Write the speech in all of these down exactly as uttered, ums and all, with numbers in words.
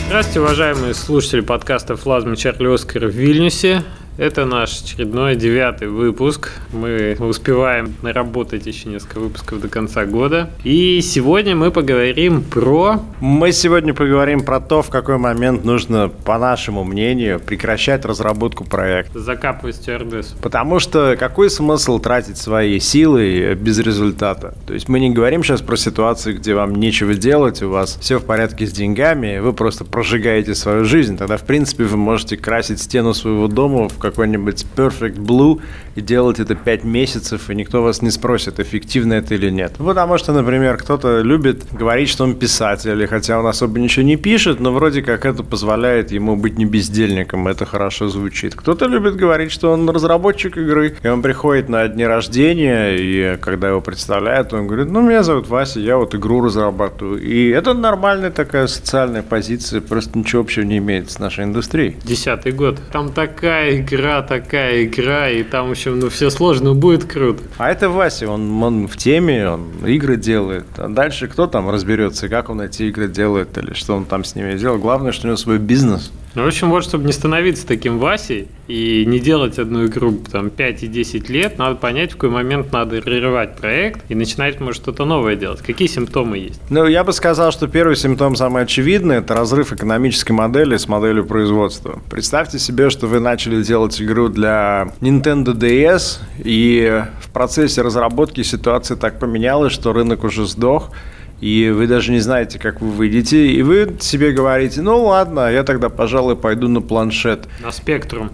Здравствуйте, уважаемые слушатели подкаста «Флазма Чарли Оскар» в Вильнюсе. Это наш очередной девятый выпуск. Мы успеваем наработать еще несколько выпусков до конца года. И сегодня мы поговорим про... Мы сегодня поговорим про то, в какой момент нужно, по нашему мнению, прекращать разработку проекта. Закапывать стюардессу. Потому что какой смысл тратить свои силы без результата? То есть мы не говорим сейчас про ситуации, где вам нечего делать, у вас все в порядке с деньгами, вы просто прожигаете свою жизнь. Тогда, в принципе, вы можете красить стену своего дома в какой-нибудь Perfect Blue и делать это пять месяцев, и никто вас не спросит, эффективно это или нет. Потому что, например, кто-то любит говорить, что он писатель, хотя он особо ничего не пишет, но вроде как это позволяет ему быть не бездельником, это хорошо звучит. Кто-то любит говорить, что он разработчик игры, и он приходит на дни рождения, и когда его представляют, он говорит, ну, меня зовут Вася, я вот игру разрабатываю. И это нормальная такая социальная позиция, просто ничего общего не имеет с нашей индустрией. Десятый год. Там такая игра, Игра, такая игра, и там еще ну, все сложно, будет круто. А это Вася, он, он в теме, он игры делает. А дальше кто там разберется, как он эти игры делает, или что он там с ними делает. Главное, что у него свой бизнес. Ну, в общем, вот, чтобы не становиться таким Васей и не делать одну игру там пять и десять лет, надо понять, в какой момент надо прерывать проект и начинать, может, что-то новое делать. Какие симптомы есть? Ну, я бы сказал, что первый симптом самый очевидный – это разрыв экономической модели с моделью производства. Представьте себе, что вы начали делать игру для Nintendo ди эс, и в процессе разработки ситуация так поменялась, что рынок уже сдох, и вы даже не знаете, как вы выйдете, и вы себе говорите, ну ладно, я тогда, пожалуй, пойду на планшет. На Spectrum.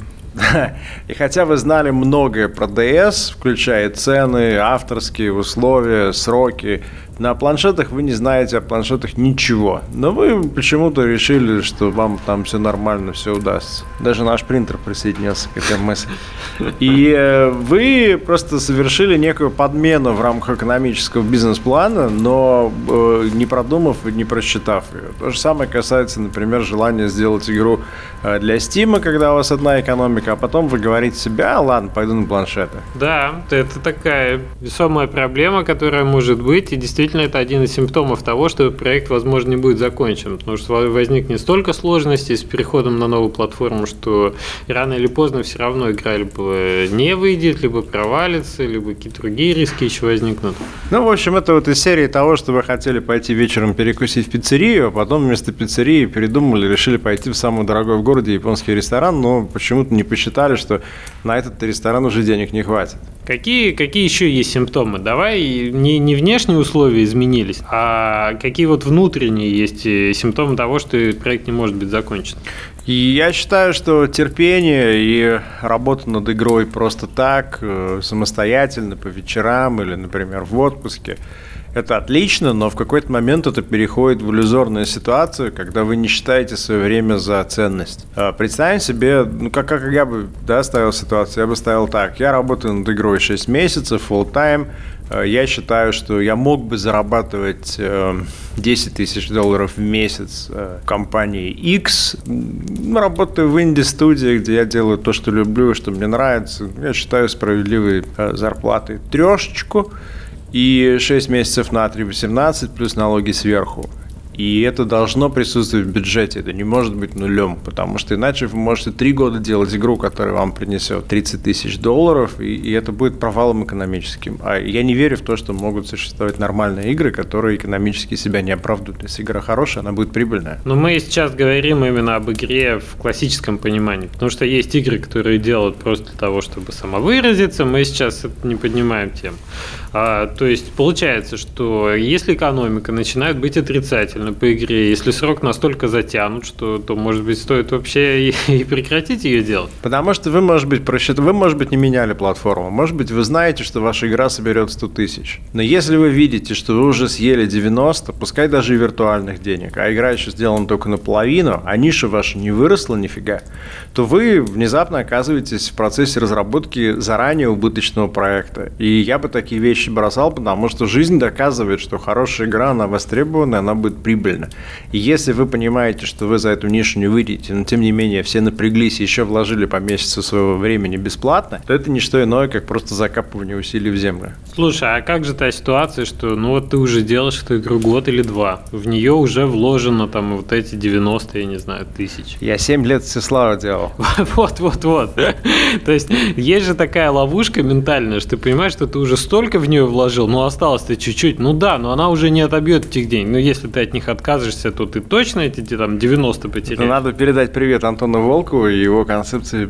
И хотя вы знали многое про ди эс, включая цены, авторские условия, сроки, на планшетах вы не знаете о планшетах ничего. Но вы почему-то решили, что вам там все нормально, все удастся. Даже наш принтер присоединился к этой мысли. И э, вы просто совершили некую подмену в рамках экономического бизнес-плана, но э, не продумав и не просчитав ее. То же самое касается, например, желания сделать игру э, для Steam, когда у вас одна экономика, а потом вы говорите себе, а ладно, пойду на планшеты. Да, это такая весомая проблема, которая может быть, и действительно это один из симптомов того, что проект, возможно, не будет закончен, потому что возникнет столько сложностей с переходом на новую платформу, что рано или поздно все равно игра либо не выйдет, либо провалится, либо какие-то другие риски еще возникнут. Ну, в общем, это вот из серии того, что вы хотели пойти вечером перекусить в пиццерию, а потом вместо пиццерии передумали, решили пойти в самый дорогой в городе японский ресторан, но почему-то не посчитали, что на этот ресторан уже денег не хватит. Какие, какие еще есть симптомы? Давай не, не внешние условия изменились, а какие вот внутренние есть симптомы того, что проект не может быть закончен? И я считаю, что терпение и работа над игрой просто так, самостоятельно, по вечерам или, например, в отпуске, это отлично, но в какой-то момент это переходит в иллюзорную ситуацию, когда вы не считаете свое время за ценность. Представим себе, ну как, как я бы да, ставил ситуацию, я бы ставил так, я работаю над игрой шесть месяцев, full time, я считаю, что я мог бы зарабатывать десять тысяч долларов в месяц в компании X, работаю в инди-студии, где я делаю то, что люблю, что мне нравится, я считаю справедливой зарплатой трешечку, и шесть месяцев на три восемнадцать плюс налоги сверху. И это должно присутствовать в бюджете, это не может быть нулем, потому что иначе вы можете три года делать игру, которая вам принесет тридцать тысяч долларов, и, и это будет провалом экономическим. А я не верю в то, что могут существовать нормальные игры, которые экономически себя не оправдывают. Если игра хорошая, она будет прибыльная. Но мы сейчас говорим именно об игре в классическом понимании, потому что есть игры, которые делают просто для того, чтобы самовыразиться, мы сейчас это не поднимаем тему. А, то есть получается, что если экономика начинает быть отрицательной по игре, если срок настолько затянут, что, то, может быть, стоит вообще и, и прекратить ее делать. Потому что вы, может быть, просчит... вы, может быть, не меняли платформу, может быть, вы знаете, что ваша игра соберет сто тысяч. Но если вы видите, что вы уже съели девяносто, пускай даже и виртуальных денег, а игра еще сделана только наполовину, а ниша ваша не выросла нифига, то вы внезапно оказываетесь в процессе разработки заранее убыточного проекта. И я бы такие вещи бросал, потому что жизнь доказывает, что хорошая игра, она востребованная, она будет прибыльной прибыльно. И если вы понимаете, что вы за эту нишу не выйдете, но тем не менее все напряглись и еще вложили по месяцу своего времени бесплатно, то это не что иное, как просто закапывание усилий в землю. Слушай, а как же та ситуация, что ну вот ты уже делаешь эту игру год или два, в нее уже вложено там вот эти девяносто, я не знаю, тысяч. Я семь лет Всеслава делал. Вот, вот, вот. То есть есть же такая ловушка ментальная, что ты понимаешь, что ты уже столько в нее вложил, но осталось-то чуть-чуть. Ну да, но она уже не отобьет этих денег. Но если ты от них отказываешься, то ты точно эти там девяносто потеряешь. Надо передать привет Антону Волкову и его концепции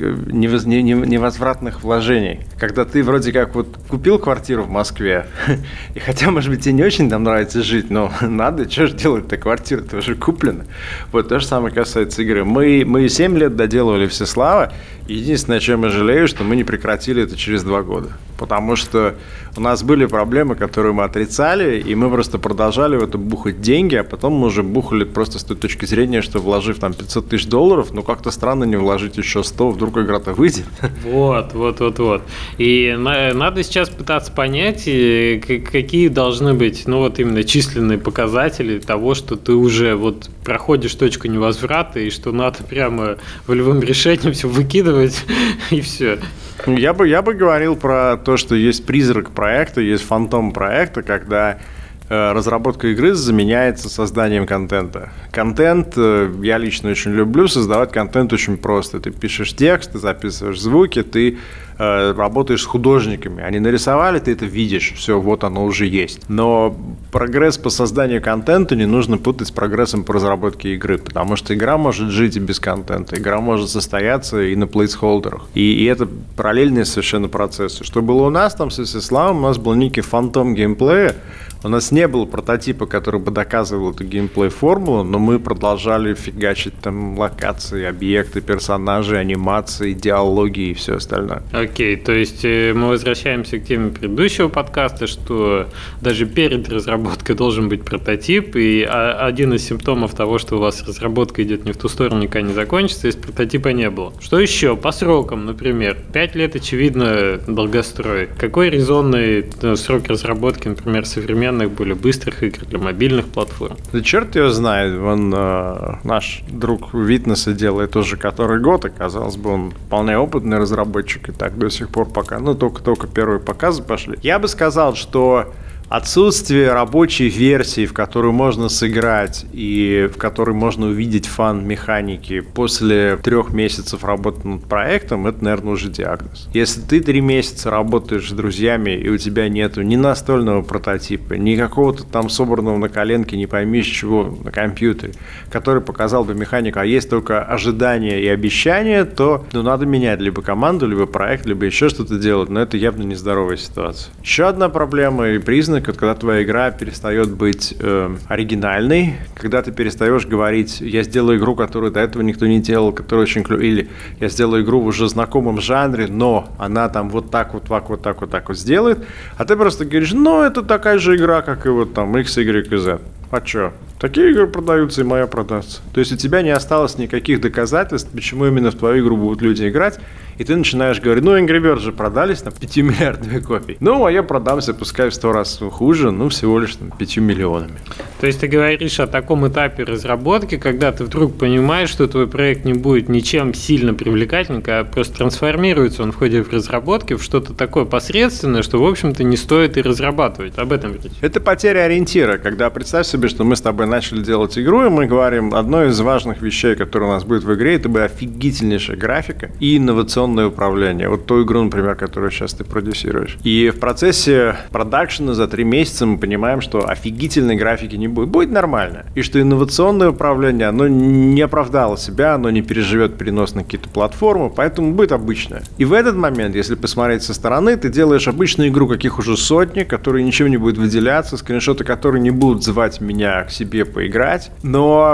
невозвратных вложений. Когда ты вроде как вот купил квартиру в Москве, и хотя, может быть, тебе не очень там нравится жить, но надо, что же делать-то, квартира-то уже куплена. Вот то же самое касается игры. Мы, мы семь лет доделывали Всеслава, и единственное, о чем я жалею, что мы не прекратили это через два года. Потому что у нас были проблемы, которые мы отрицали, и мы просто продолжали в это бухать деньги, а потом мы уже бухали просто с той точки зрения, что вложив там пятьсот тысяч долларов, ну как-то странно не вложить еще сто, вдруг игра-то выйдет. Вот, вот, вот, вот. И на, надо сейчас пытаться понять, какие должны быть, ну вот именно численные показатели того, что ты уже вот проходишь точку невозврата, и что надо прямо волевым решением все выкидывать, и все. Я бы, я бы говорил про то, что есть призрак проекта, есть фантом проекта, когда э, разработка игры заменяется созданием контента. Контент, э, я лично очень люблю, создавать контент очень просто. Ты пишешь текст, ты записываешь звуки, ты э, работаешь с художниками. Они нарисовали, ты это видишь, все, вот оно уже есть. Но прогресс по созданию контента не нужно путать с прогрессом по разработке игры, потому что игра может жить и без контента, игра может состояться и на плейсхолдерах. И, и это параллельные совершенно процессы. Что было у нас там со Всеславом, у нас был некий фантом геймплея, у нас не было прототипа, который бы доказывал эту геймплей-формулу, но мы продолжали фигачить там локации, объекты, персонажи, анимации, диалоги и все остальное. Окей, то есть мы возвращаемся к теме предыдущего подкаста, что даже перед разработкой должен быть прототип, и один из симптомов того, что у вас разработка идет не в ту сторону, никогда не закончится, если прототипа не было. Что еще? По срокам, например. пять лет, очевидно, долгострой. Какой резонный срок разработки, например, современных, более быстрых игр для мобильных платформ? Да черт его знает. Вон э, наш друг Витнеса делает тоже который год, и, казалось бы, он вполне опытный разработчик, и так до сих пор пока, ну, только-только первые показы пошли. Я бы сказал, что отсутствие рабочей версии, в которую можно сыграть и в которой можно увидеть фан механики после трех месяцев работы над проектом, это, наверное, уже диагноз. Если ты три месяца работаешь с друзьями, и у тебя нету ни настольного прототипа, ни какого-то там собранного на коленке, не пойми с чего, на компьютере, который показал бы механику, а есть только ожидания и обещания, то ну, надо менять либо команду, либо проект, либо еще что-то делать, но это явно нездоровая ситуация. Еще одна проблема и признак, вот когда твоя игра перестает быть э, оригинальной, когда ты перестаешь говорить, я сделаю игру, которую до этого никто не делал, которая очень клевая, или я сделаю игру в уже знакомом жанре, но она там вот так вот, так вот, так вот, так вот сделает, а ты просто говоришь, ну, это такая же игра, как и вот там X, Y и Z. А что? Такие игры продаются, и моя продастся. То есть у тебя не осталось никаких доказательств, почему именно в твою игру будут люди играть, и ты начинаешь говорить, ну, Angry Birds же продались на пяти миллиардами копий. Ну, а я продамся, пускай в сто раз хуже, ну, всего лишь там, пятью миллионами. То есть ты говоришь о таком этапе разработки, когда ты вдруг понимаешь, что твой проект не будет ничем сильно привлекательным, а просто трансформируется он в ходе разработки в что-то такое посредственное, что, в общем-то, не стоит и разрабатывать. Об этом речь. Это потеря ориентира, когда представь себе, что мы с тобой начали делать игру, и мы говорим, одной из важных вещей, которая у нас будет в игре, это будет офигительнейшая графика и инновационное управление. Вот ту игру, например, которую сейчас ты продюсируешь. И в процессе продакшена за три месяца мы понимаем, что офигительной графики не будет. Будет нормально. И что инновационное управление, оно не оправдало себя, оно не переживет перенос на какие-то платформы, поэтому будет обычное. И в этот момент, если посмотреть со стороны, ты делаешь обычную игру, каких уже сотни, которые ничем не будет выделяться, скриншоты, которые не будут звать меня к себе поиграть, но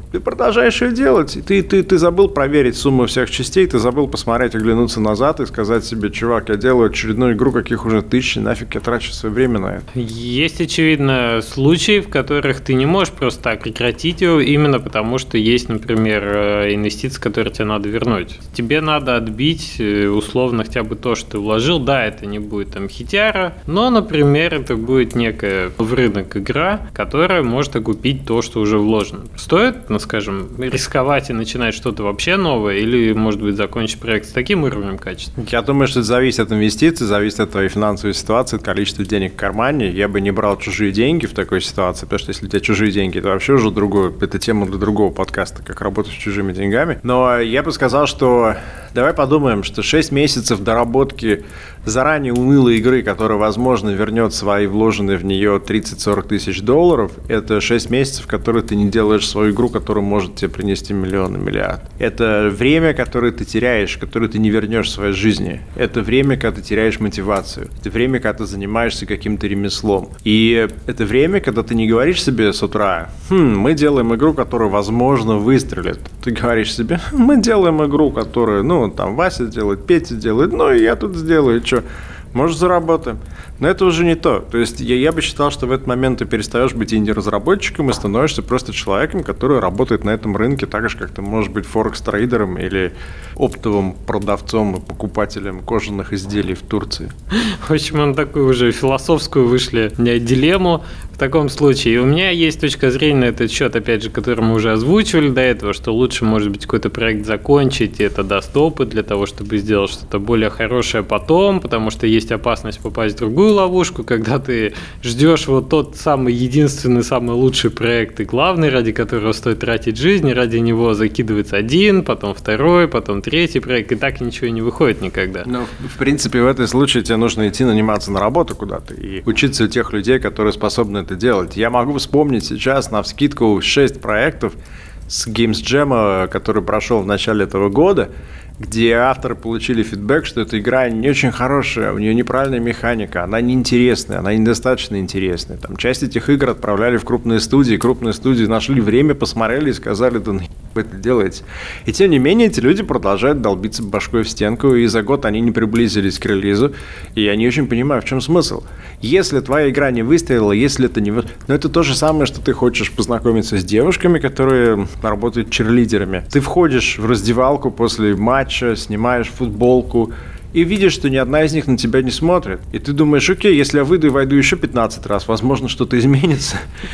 ты продолжаешь ее делать. Ты, ты, ты забыл проверить сумму всех частей, ты забыл посмотреть, оглянуться назад и сказать себе: чувак, я делаю очередную игру, каких уже тысячи, нафиг я трачу свое время на это. Есть, очевидно, случаи, в которых ты не можешь просто так прекратить его, именно потому что есть, например, инвестиции, которые тебе надо вернуть. Тебе надо отбить условно хотя бы то, что ты вложил. Да, это не будет там хитяра, но, например, это будет некая в рынок игра, которая может окупить то, что уже вложено. Стоит, ну, скажем, рисковать и начинать что-то вообще новое, или, может быть, закончить проект с таким уровнем качества? Я думаю, что это зависит от инвестиций, зависит от твоей финансовой ситуации, от количества денег в кармане. Я бы не брал чужие деньги в такой ситуации, потому что если у тебя чужие деньги, это вообще уже другое, это тема для другого подкаста, как работать с чужими деньгами. Но я бы сказал, что давай подумаем, что шесть месяцев доработки заранее унылой игры, которая, возможно, вернет свои вложенные в нее тридцать-сорок тысяч долларов, это шесть месяцев, в которые ты не делаешь свою игру, которая может тебе принести миллион и миллиард. Это время, которое ты теряешь, которое ты не вернешь в своей жизни. Это время, когда ты теряешь мотивацию. Это время, когда ты занимаешься каким-то ремеслом. И это время, когда ты не говоришь себе с утра: хм, мы делаем игру, которая, возможно, выстрелит. Ты говоришь себе: мы делаем игру, которую, ну, там, Вася делает, Петя делает, ну, и я тут сделаю, что? Может, заработаем. Но это уже не то. То есть я, я бы считал, что в этот момент ты перестаешь быть инди-разработчиком и становишься просто человеком, который работает на этом рынке так же, как ты можешь быть форекс-трейдером или оптовым продавцом и покупателем кожаных изделий в Турции. В общем, мы на такую уже философскую вышли дилемму. В таком случае у меня есть точка зрения на этот счет, опять же, который мы уже озвучивали до этого, что лучше, может быть, какой-то проект закончить, и это даст опыт для того, чтобы сделать что-то более хорошее потом, потому что есть опасность попасть в другую ловушку, когда ты ждешь вот тот самый единственный, самый лучший проект и главный, ради которого стоит тратить жизнь, и ради него закидывается один, потом второй, потом третий проект, и так ничего и не выходит никогда. Ну, в принципе, в этом случае тебе нужно идти наниматься на работу куда-то и учиться у тех людей, которые способны это делать. Я могу вспомнить сейчас навскидку шесть проектов с Games Jam, который прошел в начале этого года, где авторы получили фидбэк, что эта игра не очень хорошая, у нее неправильная механика, она неинтересная, она недостаточно интересная. Там часть этих игр отправляли в крупные студии, крупные студии нашли время, посмотрели и сказали: да нахуй вы это делаете. И тем не менее, эти люди продолжают долбиться башкой в стенку, и за год они не приблизились к релизу, и я не очень понимаю, в чем смысл. Если твоя игра не выстрелила, если это не... Но это то же самое, что ты хочешь познакомиться с девушками, которые работают черлидерами. Ты входишь в раздевалку после матча, снимаешь футболку и видишь, что ни одна из них на тебя не смотрит. И ты думаешь: окей, если я выйду и войду еще пятнадцать раз, возможно, что-то изменится.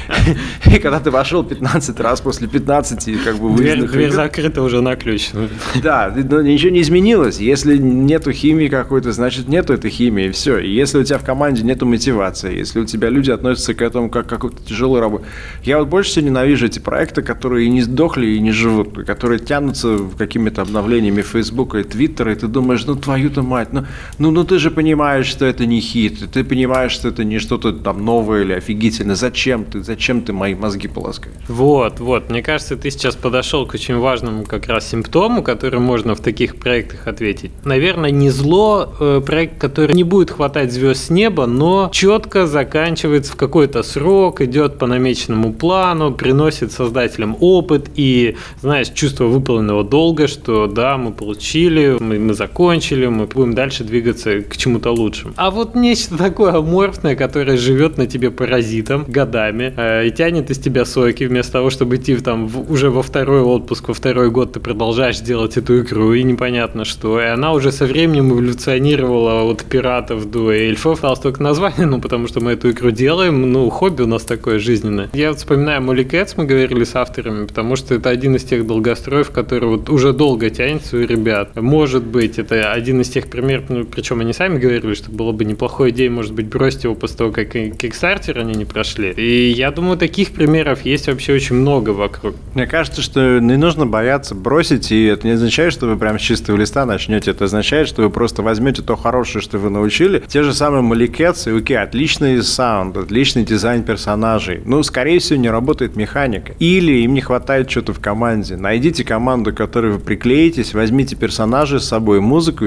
И когда ты вошел пятнадцать раз после пятнадцати, как бы выездных... Дверь закрыта уже на ключ. Да, но ничего не изменилось. Если нету химии какой-то, значит, нету этой химии, и все. И если у тебя в команде нету мотивации, если у тебя люди относятся к этому как к какой-то тяжелой работе. Я вот больше всего ненавижу эти проекты, которые и не сдохли, и не живут, которые тянутся какими-то обновлениями Фейсбука и Твиттера, и ты думаешь: ну твою-то мать, ну, ну, ну ты же понимаешь, что это не хит, ты понимаешь, что это не что-то там новое или офигительное. Зачем ты, зачем ты мои мозги полоскаешь? Вот, вот, мне кажется, ты сейчас подошел к очень важному как раз симптому, который можно в таких проектах ответить. Наверное, не зло, э, проект, который не будет хватать звезд с неба, но четко заканчивается в какой-то срок, идет по намеченному плану, приносит создателям опыт и, знаешь, чувство выполненного долга, что да, мы получили, мы, мы закончили, мы будем дальше двигаться к чему-то лучшему. А вот нечто такое аморфное, которое живет на тебе паразитом годами э, и тянет из тебя соки, вместо того, чтобы идти там в, уже во второй отпуск, во второй год ты продолжаешь делать эту игру, и непонятно что. И она уже со временем эволюционировала от пиратов до эльфов. Осталось только название, ну, потому что мы эту игру делаем, ну, хобби у нас такое жизненное. Я вот вспоминаю Molly Cats, мы говорили с авторами, потому что это один из тех долгостроев, который вот уже долго тянется у ребят. Может быть, это один из тех примеров, ну, причем они сами говорили, что было бы неплохой идеей, может быть, бросить его после того, как Kickstarter они не прошли. И я думаю, таких примеров есть вообще очень много вокруг. Мне кажется, что не нужно бояться бросить, и это не означает, что вы прям с чистого листа начнете. Это означает, что вы просто возьмете то хорошее, что вы научили. Те же самые Molly Cats, и окей, отличный саунд, отличный дизайн персонажей. Ну, скорее всего, не работает механика. Или им не хватает чего-то в команде. Найдите команду, к которой вы приклеитесь, возьмите персонажей с собой, музыку и сделайте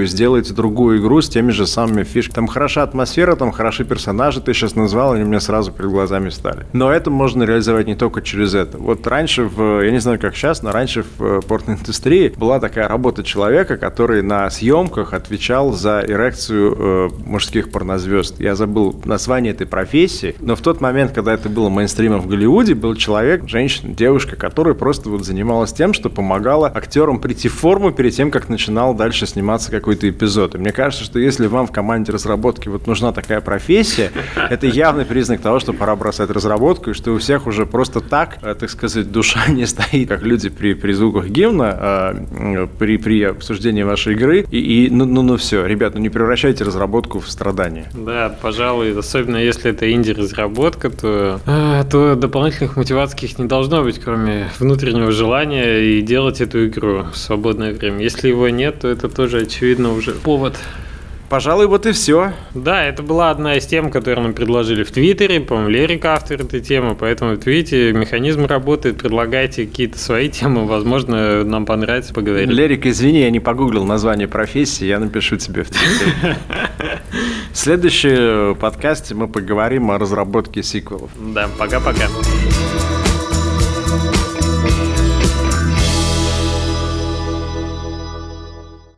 делаете другую игру с теми же самыми фишками. Там хороша атмосфера, там хороши персонажи, ты сейчас назвал, они у меня сразу перед глазами стали. Но это можно реализовать не только через это. Вот раньше, в, я не знаю, как сейчас, но раньше в порноиндустрии была такая работа человека, который на съемках отвечал за эрекцию э, мужских порнозвезд. Я забыл название этой профессии, но в тот момент, когда это было мейнстримом в Голливуде, был человек, женщина, девушка, которая просто вот занималась тем, что помогала актерам прийти в форму перед тем, как начинал дальше сниматься какой-то эпизод. И мне кажется, что если вам в команде разработки вот нужна такая профессия, это явный признак того, что пора бросать разработку, и что у всех уже просто так, так сказать, душа не стоит, как люди при, при звуках гимна, при, при обсуждении вашей игры. И, и ну, ну, ну все, ребят, ну не превращайте разработку в страдания. Да, пожалуй, особенно если это инди-разработка, то, то дополнительных мотиваций не должно быть, кроме внутреннего желания и делать эту игру в свободное время. Если его нет, то это тоже, очевидно, уже повод. Пожалуй, вот и все. Да, это была одна из тем, которые мы предложили в Твиттере. По-моему, Лерик автор этой темы, поэтому вот видите, механизм работает, предлагайте какие-то свои темы, возможно, нам понравится поговорить. Лерик, извини, я не погуглил название профессии, я напишу тебе в Твиттере. В следующем подкасте мы поговорим о разработке сиквелов. Да, пока-пока.